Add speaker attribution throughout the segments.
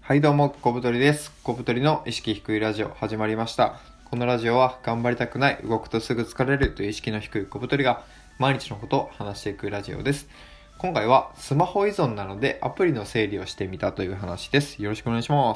Speaker 1: はいどうも、小太りです。小太りの意識低いラジオ始まりました。このラジオは頑張りたくない、動くとすぐ疲れるという意識の低い小太りが毎日のことを話していくラジオです。今回はスマホ依存なのでアプリの整理をしてみたという話です。よろしくお願いします。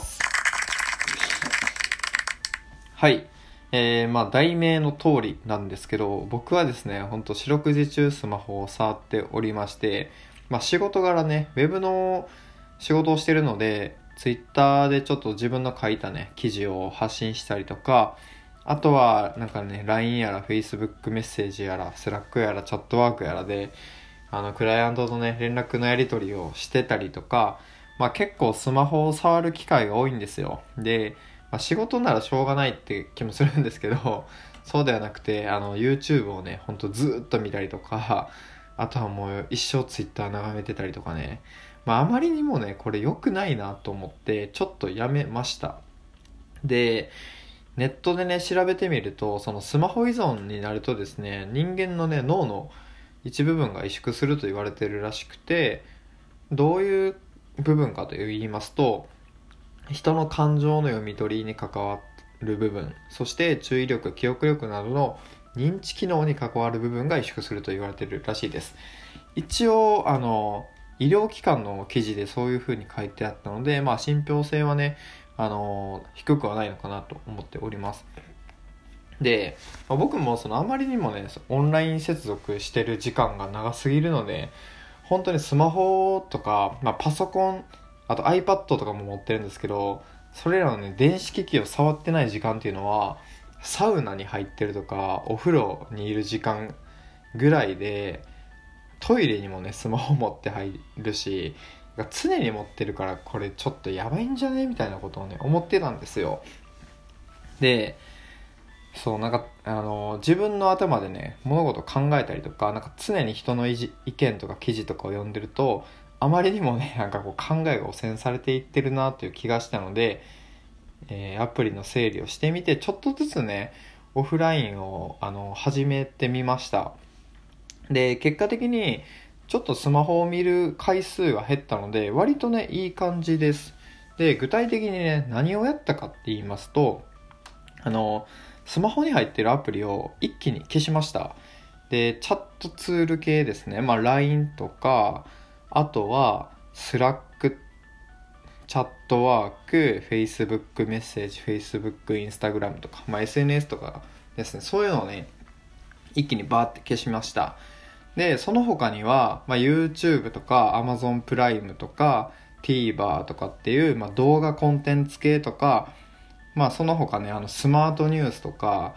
Speaker 1: はい。題名の通りなんですけど、僕はですね、ほんと四六時中スマホを触っておりまして、仕事柄ね、ウェブの仕事をしてるので、ツイッターでちょっと自分の書いたね、記事を発信したりとか、あとはLINE やら Facebook メッセージやら Slack やらチャットワークやらで、クライアントのね、連絡のやり取りをしてたりとか、結構スマホを触る機会が多いんですよ。で、仕事ならしょうがないって気もするんですけど、そうではなくて、YouTube をね、ほんとずーっと見たりとか、あとはもう一生 Twitter 眺めてたりとかね、あまりにもね、これ良くないなと思って、ちょっとやめました。で、ネットでね、調べてみると、そのスマホ依存になるとですね、人間のね、脳の一部分が萎縮すると言われてるらしくて、どういう部分かと言いますと、人の感情の読み取りに関わる部分、そして注意力、記憶力などの認知機能に関わる部分が萎縮すると言われているらしいです。一応医療機関の記事でそういう風に書いてあったので、信憑性はね低くはないのかなと思っております。で、僕もあまりにもねオンライン接続してる時間が長すぎるので、本当にスマホとか、パソコン、あと iPad とかも持ってるんですけど、それらのね電子機器を触ってない時間っていうのはサウナに入ってるとかお風呂にいる時間ぐらいで、トイレにもねスマホ持って入るし、常に持ってるから、これちょっとやばいんじゃねみたいなことをね思ってたんですよ。で、そう自分の頭でね物事を考えたりとか、常に人の意見とか記事とかを読んでると、あまりにもね考えが汚染されていってるなという気がしたので、アプリの整理をしてみて、ちょっとずつねオフラインを始めてみました。で、結果的にちょっとスマホを見る回数が減ったので、割とねいい感じです。で、具体的にね何をやったかって言いますと、スマホに入ってるアプリを一気に消しました。で、チャットツール系ですね、LINE とか、あとは Slack、チャットワーク、Facebook メッセージ、Facebook、Instagram とか、SNS とかですね、そういうのをね一気にバーって消しました。で、その他には、YouTube とか Amazon プライムとか TVer とかっていう、動画コンテンツ系とか、その他ねスマートニュースとか、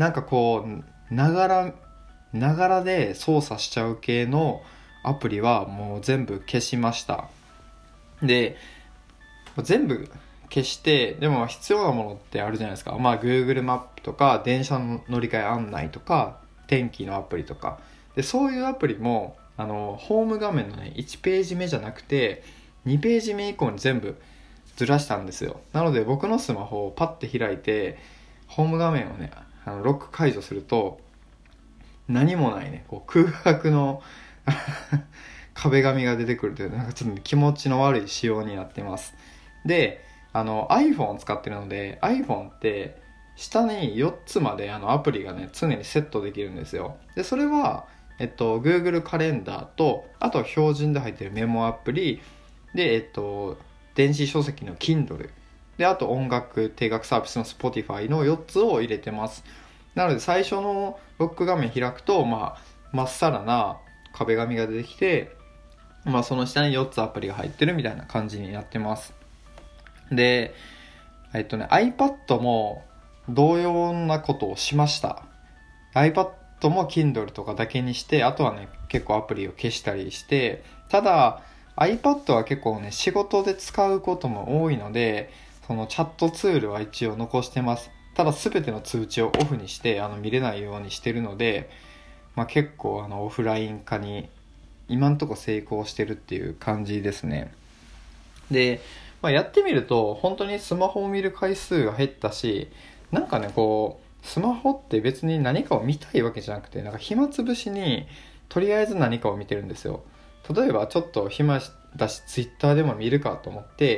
Speaker 1: ながらで操作しちゃう系のアプリはもう全部消しました。で、全部消して、でも必要なものってあるじゃないですか。Google マップとか電車の乗り換え案内とか天気のアプリとかで、そういうアプリもホーム画面のね1ページ目じゃなくて2ページ目以降に全部ずらしたんですよ。なので僕のスマホをパッて開いてホーム画面をねロック解除すると、何もないね空白の壁紙が出てくるという、ちょっと気持ちの悪い仕様になってます。で、iPhone を使ってるので、 iPhone って下に4つまでアプリがね常にセットできるんですよ。で、それはGoogle カレンダーと、あと標準で入ってるメモアプリで、電子書籍の Kindle で、あと音楽定額サービスの Spotify の4つを入れてます。なので最初のロック画面開くと、まっさらな壁紙が出てきて、その下に4つアプリが入ってるみたいな感じになってます。で、iPad も同様なことをしました。iPad も Kindle とかだけにして、あとはね結構アプリを消したりして、ただ iPad は結構ね仕事で使うことも多いので、そのチャットツールは一応残してます。ただ全ての通知をオフにして見れないようにしてるので、結構オフライン化に今んとこ成功してるっていう感じですね。で、やってみると本当にスマホを見る回数が減ったし、スマホって別に何かを見たいわけじゃなくて、暇つぶしにとりあえず何かを見てるんですよ。例えばちょっと暇だしツイッターでも見るかと思って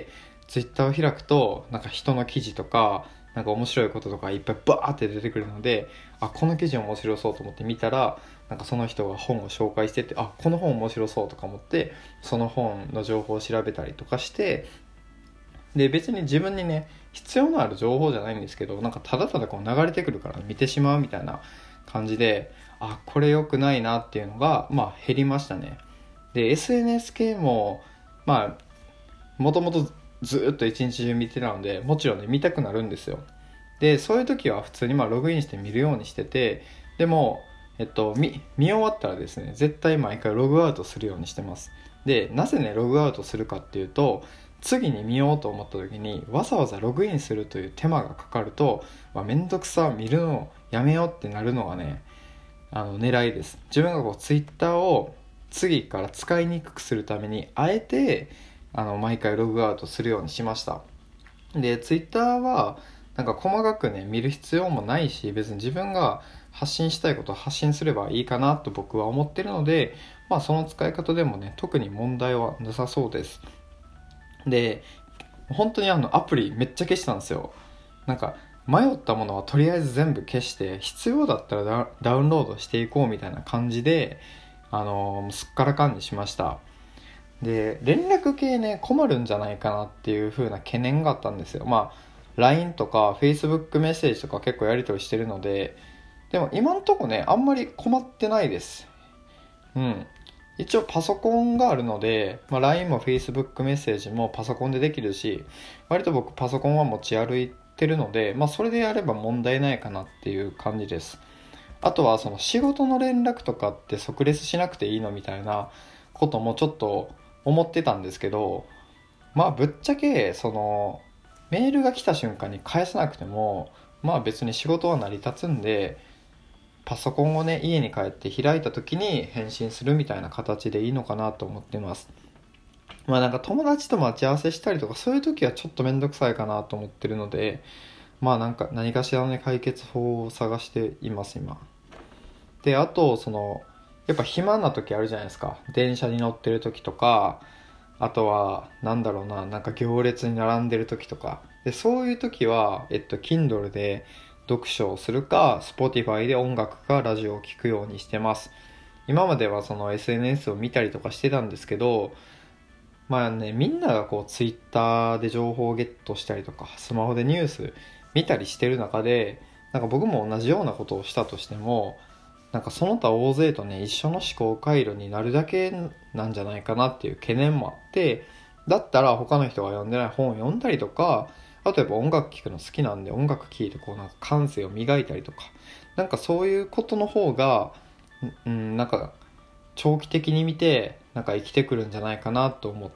Speaker 1: ツイッターを開くとなんか人の記事とかなんか面白いこととかいっぱいバーって出てくるので、この記事面白そうと思って見たら、なんかその人が本を紹介してて、この本面白そうとか思ってその本の情報を調べたりとかして、で別に自分にね必要のある情報じゃないんですけど、なんかただただこう流れてくるから見てしまうみたいな感じで、これ良くないなっていうのが減りましたね。で SNS 系ももともとずっと一日中見てたので、もちろんね見たくなるんですよ。でそういう時は普通にログインして見るようにしてて、でも見終わったらですね、絶対毎回ログアウトするようにしてます。でなぜねログアウトするかっていうと、次に見ようと思った時にわざわざログインするという手間がかかると、めんどくさ、見るのやめようってなるのがね狙いです。自分がこうツイッターを次から使いにくくするためにあえて毎回ログアウトするようにしました。でツイッターはなんか細かくね見る必要もないし、別に自分が発信したいことを発信すればいいかなと僕は思ってるので、その使い方でもね特に問題はなさそうです。で本当にアプリめっちゃ消したんですよ。なんか迷ったものはとりあえず全部消して、必要だったらダウンロードしていこうみたいな感じで、すっからかんにしました。で連絡系ね困るんじゃないかなっていう風な懸念があったんですよ。LINE とか Facebook メッセージとか結構やり取りしてるので、でも今んとこねあんまり困ってないです。一応パソコンがあるので、LINE も Facebook メッセージもパソコンでできるし、割と僕パソコンは持ち歩いてるので、それでやれば問題ないかなっていう感じです。あとはその仕事の連絡とかって即レスしなくていいのみたいなこともちょっと思ってたんですけど、ぶっちゃけそのメールが来た瞬間に返さなくても別に仕事は成り立つんで、パソコンをね家に帰って開いた時に返信するみたいな形でいいのかなと思ってます。なんか友達と待ち合わせしたりとかそういう時はちょっとめんどくさいかなと思ってるので、なんか何かしらのね解決法を探しています今で。あとやっぱ暇な時あるじゃないですか。電車に乗ってる時とか、あとはなんか行列に並んでる時とかで、そういう時はKindle で読書をするか Spotify で音楽かラジオを聴くようにしてます。今まではその SNS を見たりとかしてたんですけど、みんながこう Twitter で情報をゲットしたりとかスマホでニュース見たりしてる中で、なんか僕も同じようなことをしたとしても、なんかその他大勢とね一緒の思考回路になるだけなんじゃないかなっていう懸念もあって、だったら他の人が読んでない本を読んだりとか、あとやっぱ音楽聴くの好きなんで音楽聴いてこうなんか感性を磨いたりとか、なんかそういうことの方がなんか長期的に見てなんか生きてくるんじゃないかなと思って、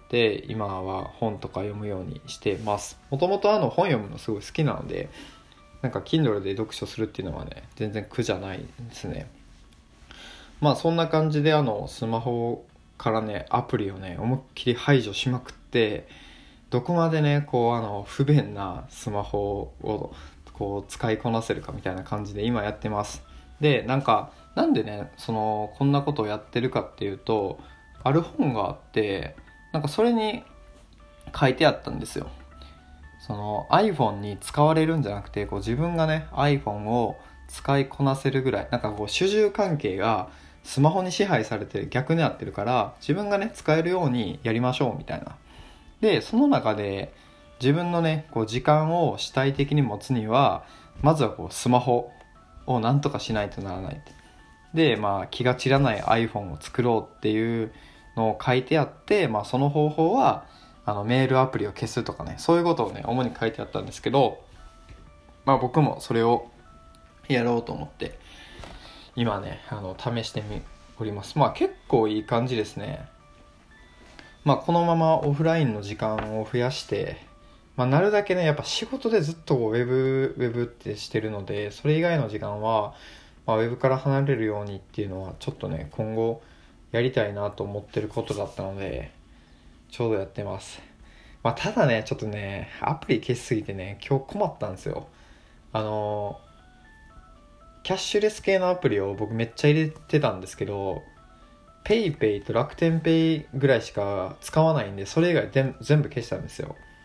Speaker 1: 今は本とか読むようにしてます。もともと本読むのすごい好きなので、なんか Kindle で読書するっていうのはね全然苦じゃないですね。そんな感じでスマホからねアプリをね思いっきり排除しまくって、どこまでねこう不便なスマホをこう使いこなせるかみたいな感じで今やってます。でなんでねこんなことをやってるかっていうと、ある本があって、なんかそれに書いてあったんですよ。iPhone に使われるんじゃなくて、こう自分がね iPhone を使いこなせるぐらい、なんかこう主従関係がスマホに支配されて逆になってるから、自分がね使えるようにやりましょうみたいな。でその中で自分のねこう時間を主体的に持つには、まずはこうスマホをなんとかしないとならない。で気が散らない iPhone を作ろうっていうのを書いてあって、その方法はメールアプリを消すとかね、そういうことをね主に書いてあったんですけど、僕もそれをやろうと思って今ね試しております。結構いい感じですね。このままオフラインの時間を増やして、なるだけねやっぱ仕事でずっとウェブってしてるので、それ以外の時間は、ウェブから離れるようにっていうのはちょっとね今後やりたいなと思ってることだったので、ちょうどやってます。ただねちょっとねアプリ消しすぎてね今日困ったんですよ。キャッシュレス系のアプリを僕めっちゃ入れてたんですけど、ペイペイと楽天ペイぐらいしか使わないんで、それ以外全部消したんですよ。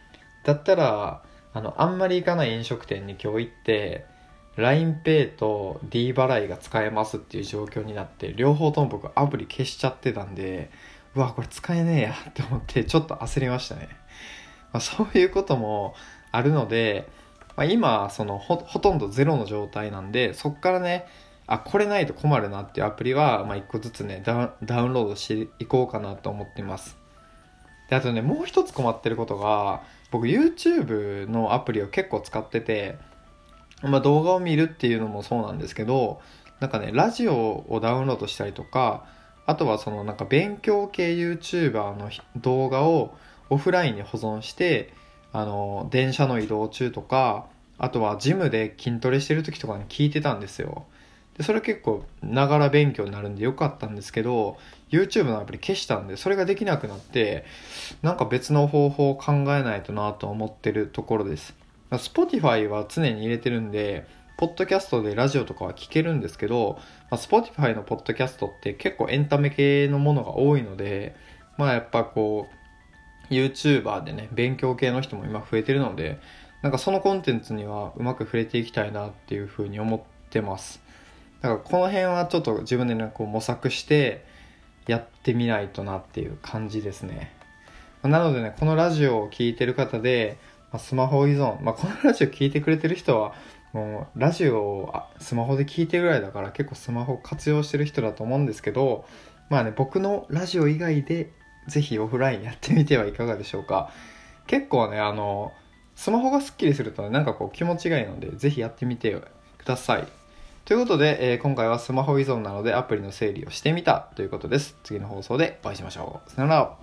Speaker 1: だったらあんまり行かない飲食店に今日行って LINEPay と D 払いが使えますっていう状況になって、両方とも僕アプリ消しちゃってたんで、うわこれ使えねえやって思ってちょっと焦りましたね。そういうこともあるので、今ほとんどゼロの状態なんで、そっからね、これないと困るなっていうアプリは、1個ずつねダウンロードしていこうかなと思っています。であとね、もう一つ困ってることが、僕 YouTube のアプリを結構使ってて、動画を見るっていうのもそうなんですけど、なんかねラジオをダウンロードしたりとか、あとはなんか勉強系 YouTuber の動画をオフラインに保存して、電車の移動中とか、あとはジムで筋トレしてる時とかに聞いてたんですよ。でそれ結構ながら勉強になるんでよかったんですけど、 YouTube のアプリ消したんでそれができなくなって、なんか別の方法を考えないとなと思ってるところです。 Spotify は常に入れてるんで、ポッドキャストでラジオとかは聞けるんですけど、Spotify のポッドキャストって結構エンタメ系のものが多いので、やっぱYouTuber でね勉強系の人も今増えてるので、なんかそのコンテンツにはうまく触れていきたいなっていうふうに思ってます。だからこの辺はちょっと自分でね模索してやってみないとなっていう感じですね。なのでね、このラジオを聞いてる方で、スマホ依存、このラジオ聞いてくれてる人はもうラジオをスマホで聞いてるぐらいだから結構スマホ活用してる人だと思うんですけど、僕のラジオ以外でぜひオフラインやってみてはいかがでしょうか。結構ねスマホがスッキリするとね、なんか気持ちがいいのでぜひやってみてください。ということで、今回はスマホ依存なのでアプリの整理をしてみたということです。次の放送でお会いしましょう。さよなら。